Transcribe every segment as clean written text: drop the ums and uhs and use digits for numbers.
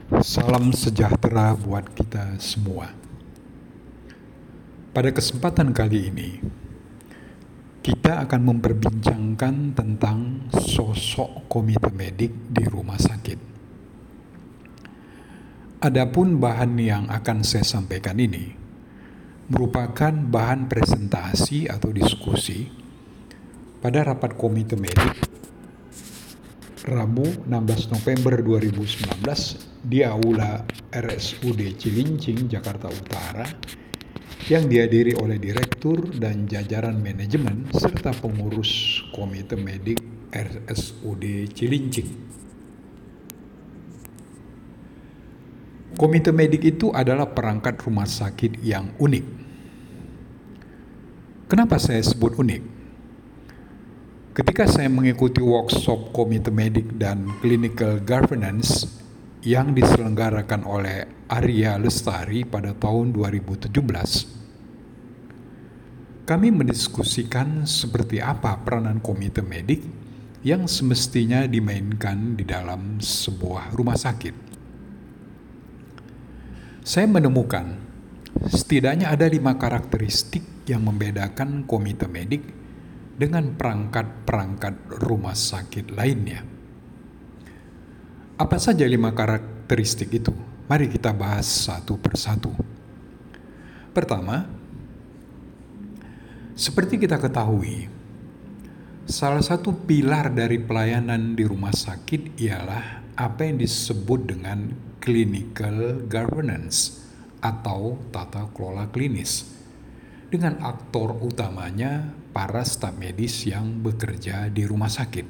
Salam sejahtera buat kita semua. Pada kesempatan kali ini, kita akan memperbincangkan tentang sosok komite medik di rumah sakit. Adapun bahan yang akan saya sampaikan ini merupakan bahan presentasi atau diskusi pada rapat komite medik Rabu 16 November 2019 di Aula RSUD Cilincing, Jakarta Utara yang dihadiri oleh Direktur dan jajaran manajemen serta pengurus Komite Medik RSUD Cilincing. Komite medik itu adalah perangkat rumah sakit yang unik. Kenapa saya sebut unik? Ketika saya mengikuti workshop Komite Medik dan Clinical Governance yang diselenggarakan oleh Arya Lestari pada tahun 2017, kami mendiskusikan seperti apa peranan komite medik yang semestinya dimainkan di dalam sebuah rumah sakit. Saya menemukan setidaknya ada 5 karakteristik yang membedakan komite medik dengan perangkat-perangkat rumah sakit lainnya. Apa saja 5 karakteristik itu? Mari kita bahas satu persatu. Pertama, seperti kita ketahui, salah satu pilar dari pelayanan di rumah sakit ialah apa yang disebut dengan clinical governance atau tata kelola klinis, dengan aktor utamanya para staf medis yang bekerja di rumah sakit.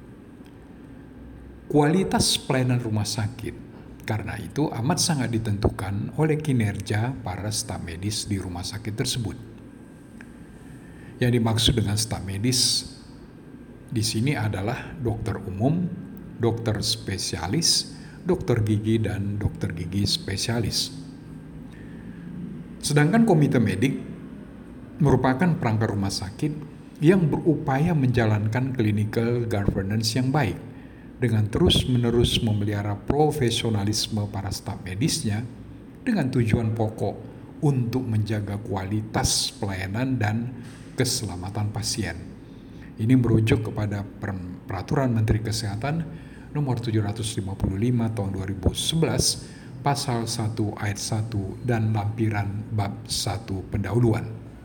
Kualitas pelayanan rumah sakit karena itu amat sangat ditentukan oleh kinerja para staf medis di rumah sakit tersebut. Yang dimaksud dengan staf medis di sini adalah dokter umum, dokter spesialis, dokter gigi, dan dokter gigi spesialis. Sedangkan komite medik merupakan perangkat rumah sakit yang berupaya menjalankan clinical governance yang baik dengan terus-menerus memelihara profesionalisme para staf medisnya dengan tujuan pokok untuk menjaga kualitas pelayanan dan keselamatan pasien. Ini merujuk kepada Peraturan Menteri Kesehatan Nomor 755 Tahun 2011 Pasal 1 Ayat 1 dan lampiran Bab 1 pendahuluan.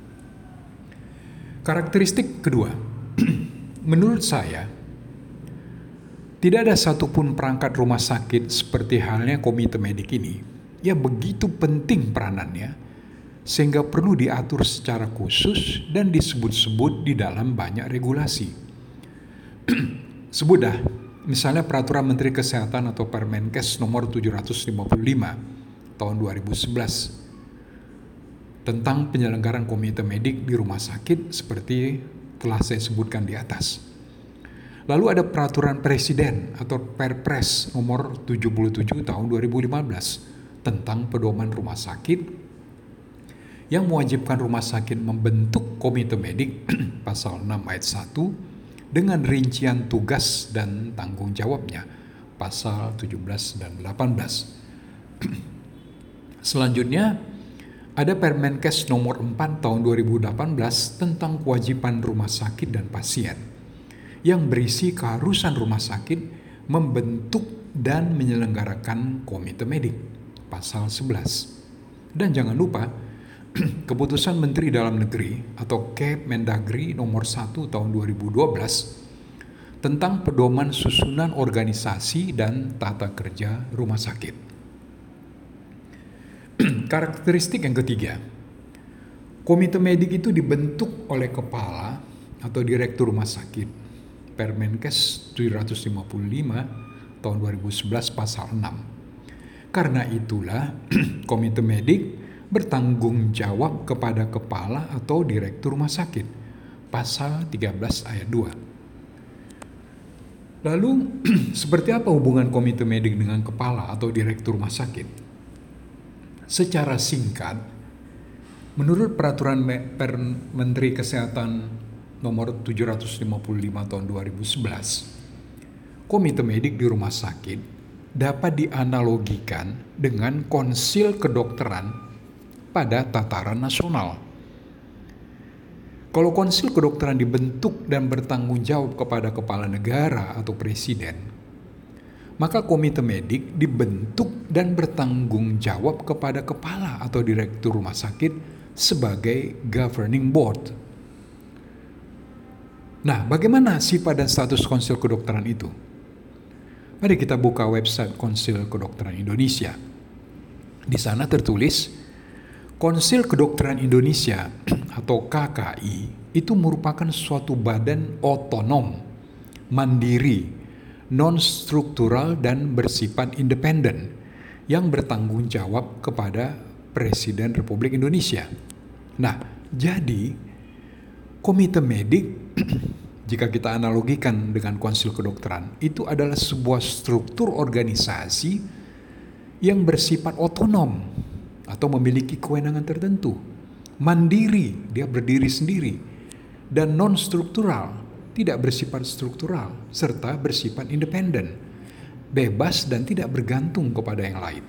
Karakteristik kedua, menurut saya, tidak ada satupun perangkat rumah sakit seperti halnya komite medik ini yang begitu penting peranannya sehingga perlu diatur secara khusus dan disebut-sebut di dalam banyak regulasi. Sebut dah, misalnya Peraturan Menteri Kesehatan atau Permenkes nomor 755 tahun 2011 tentang penyelenggaraan komite medik di rumah sakit seperti telah saya sebutkan di atas. Lalu ada Peraturan Presiden atau Perpres nomor 77 tahun 2015 tentang pedoman rumah sakit yang mewajibkan rumah sakit membentuk komite medik pasal 6 ayat 1 dengan rincian tugas dan tanggung jawabnya pasal 17 dan 18. Selanjutnya ada Permenkes nomor 4 tahun 2018 tentang kewajiban rumah sakit dan pasien yang berisi keharusan rumah sakit membentuk dan menyelenggarakan komite medik pasal 11. Dan jangan lupa Keputusan Menteri Dalam Negeri atau Kemendagri nomor 1 tahun 2012 tentang pedoman susunan organisasi dan tata kerja rumah sakit. Karakteristik yang ketiga, komite medik itu dibentuk oleh kepala atau direktur rumah sakit. Permenkes 755 tahun 2011 pasal 6. Karena itulah komite medik bertanggung jawab kepada kepala atau direktur rumah sakit. Pasal 13 ayat 2. Lalu seperti apa hubungan komite medik dengan kepala atau direktur rumah sakit? Secara singkat, menurut Peraturan Menteri Kesehatan nomor 755 tahun 2011, komite medik di rumah sakit dapat dianalogikan dengan konsil kedokteran pada tataran nasional. Kalau konsil kedokteran dibentuk dan bertanggung jawab kepada kepala negara atau presiden, maka komite medik dibentuk dan bertanggung jawab kepada kepala atau direktur rumah sakit sebagai governing board. Nah, bagaimana sifat dan status konsil kedokteran itu? Mari kita buka website Konsil Kedokteran Indonesia. Di sana tertulis, Konsil Kedokteran Indonesia atau KKI itu merupakan suatu badan otonom, mandiri, non-struktural dan bersifat independen yang bertanggung jawab kepada Presiden Republik Indonesia. Nah, jadi komite medik jika kita analogikan dengan konsil kedokteran, itu adalah sebuah struktur organisasi yang bersifat otonom atau memiliki kewenangan tertentu. Mandiri, dia berdiri sendiri. Dan non-struktural, tidak bersifat struktural, serta bersifat independen, bebas dan tidak bergantung kepada yang lain.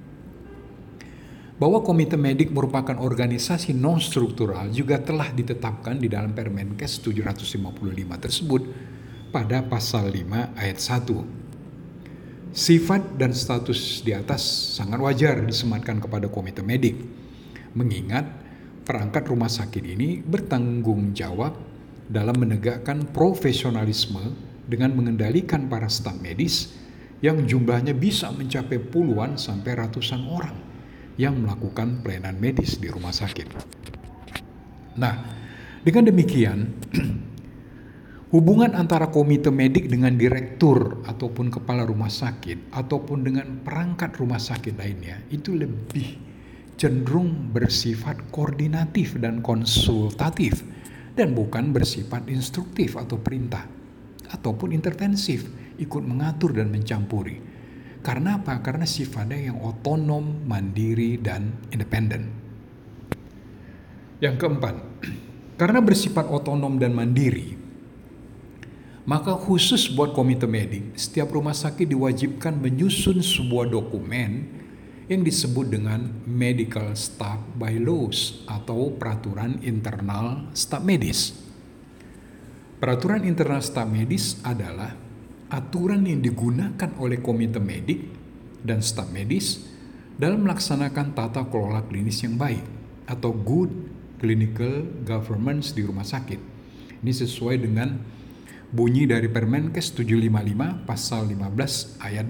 Bahwa komite medik merupakan organisasi non-struktural juga telah ditetapkan di dalam Permenkes 755 tersebut pada pasal 5 ayat 1. Sifat dan status di atas sangat wajar disematkan kepada komite medik, mengingat perangkat rumah sakit ini bertanggung jawab dalam menegakkan profesionalisme dengan mengendalikan para staf medis yang jumlahnya bisa mencapai puluhan sampai ratusan orang yang melakukan pelayanan medis di rumah sakit. Nah, dengan demikian, hubungan antara komite medik dengan direktur ataupun kepala rumah sakit ataupun dengan perangkat rumah sakit lainnya itu lebih cenderung bersifat koordinatif dan konsultatif dan bukan bersifat instruktif atau perintah ataupun intervensif, ikut mengatur dan mencampuri. Karena apa? Karena sifatnya yang otonom, mandiri, dan independen. Yang keempat, karena bersifat otonom dan mandiri, maka khusus buat komite medik, setiap rumah sakit diwajibkan menyusun sebuah dokumen yang disebut dengan Medical Staff Bylaws atau Peraturan Internal Staf Medis. Peraturan internal staf medis adalah aturan yang digunakan oleh komite medik dan staf medis dalam melaksanakan tata kelola klinis yang baik atau good clinical governance di rumah sakit. Ini sesuai dengan bunyi dari Permenkes 755 pasal 15 ayat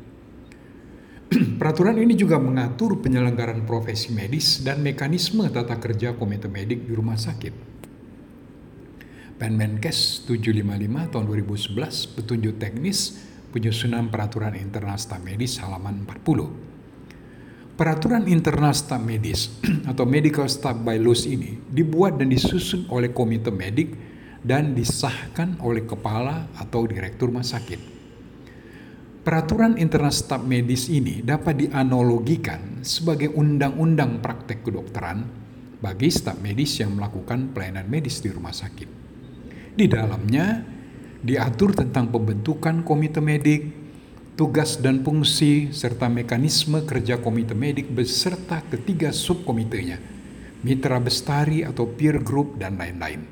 2. Peraturan ini juga mengatur penyelenggaraan profesi medis dan mekanisme tata kerja komite medik di rumah sakit. Permenkes 755 tahun 2011 petunjuk teknis penyusunan peraturan internal staf medis halaman 40. Peraturan internal staf medis atau Medical Staff Bylaws ini dibuat dan disusun oleh komite medik dan disahkan oleh kepala atau direktur rumah sakit. Peraturan internal staf medis ini dapat dianalogikan sebagai undang-undang praktek kedokteran bagi staf medis yang melakukan pelayanan medis di rumah sakit. Di dalamnya diatur tentang pembentukan komite medik, tugas dan fungsi, serta mekanisme kerja komite medik beserta ketiga subkomitenya, mitra bestari atau peer group, dan lain-lain.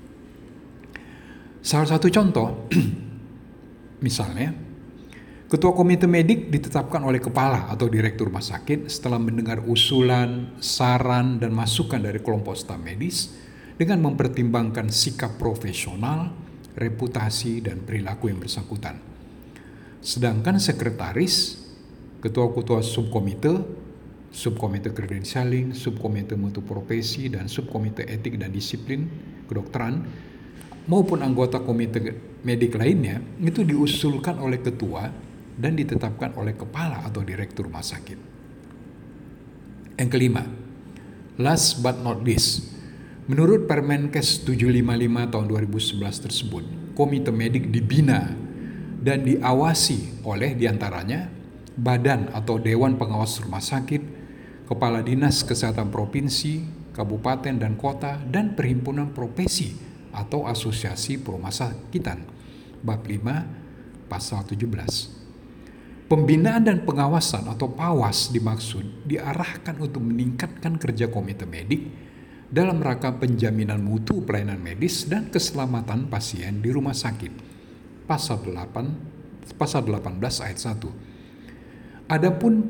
Salah satu contoh, misalnya, ketua komite medik ditetapkan oleh kepala atau direktur rumah sakit setelah mendengar usulan, saran, dan masukan dari kelompok staf medis dengan mempertimbangkan sikap profesional, reputasi, dan perilaku yang bersangkutan. Sedangkan sekretaris, ketua-ketua subkomite credentialing, subkomite mutu profesi, dan subkomite etik dan disiplin kedokteran, maupun anggota komite medik lainnya, itu diusulkan oleh ketua dan ditetapkan oleh kepala atau direktur rumah sakit. Yang kelima, last but not least, menurut Permenkes 755 tahun 2011 tersebut, komite medik dibina dan diawasi oleh diantaranya badan atau dewan pengawas rumah sakit, kepala dinas kesehatan provinsi, kabupaten dan kota, dan perhimpunan profesi atau asosiasi perumah sakitan. Bab 5 pasal 17. Pembinaan dan pengawasan atau PAWAS dimaksud diarahkan untuk meningkatkan kerja komite medik dalam rangka penjaminan mutu pelayanan medis dan keselamatan pasien di rumah sakit. Pasal 18 ayat 1. Adapun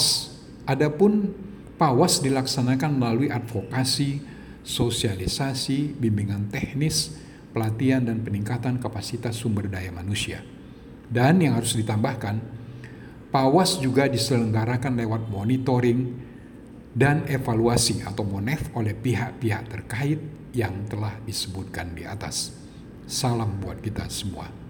PAWAS dilaksanakan melalui advokasi, sosialisasi, bimbingan teknis, pelatihan dan peningkatan kapasitas sumber daya manusia. Dan yang harus ditambahkan, PAWAS juga diselenggarakan lewat monitoring dan evaluasi atau MONEV oleh pihak-pihak terkait yang telah disebutkan di atas. Salam buat kita semua.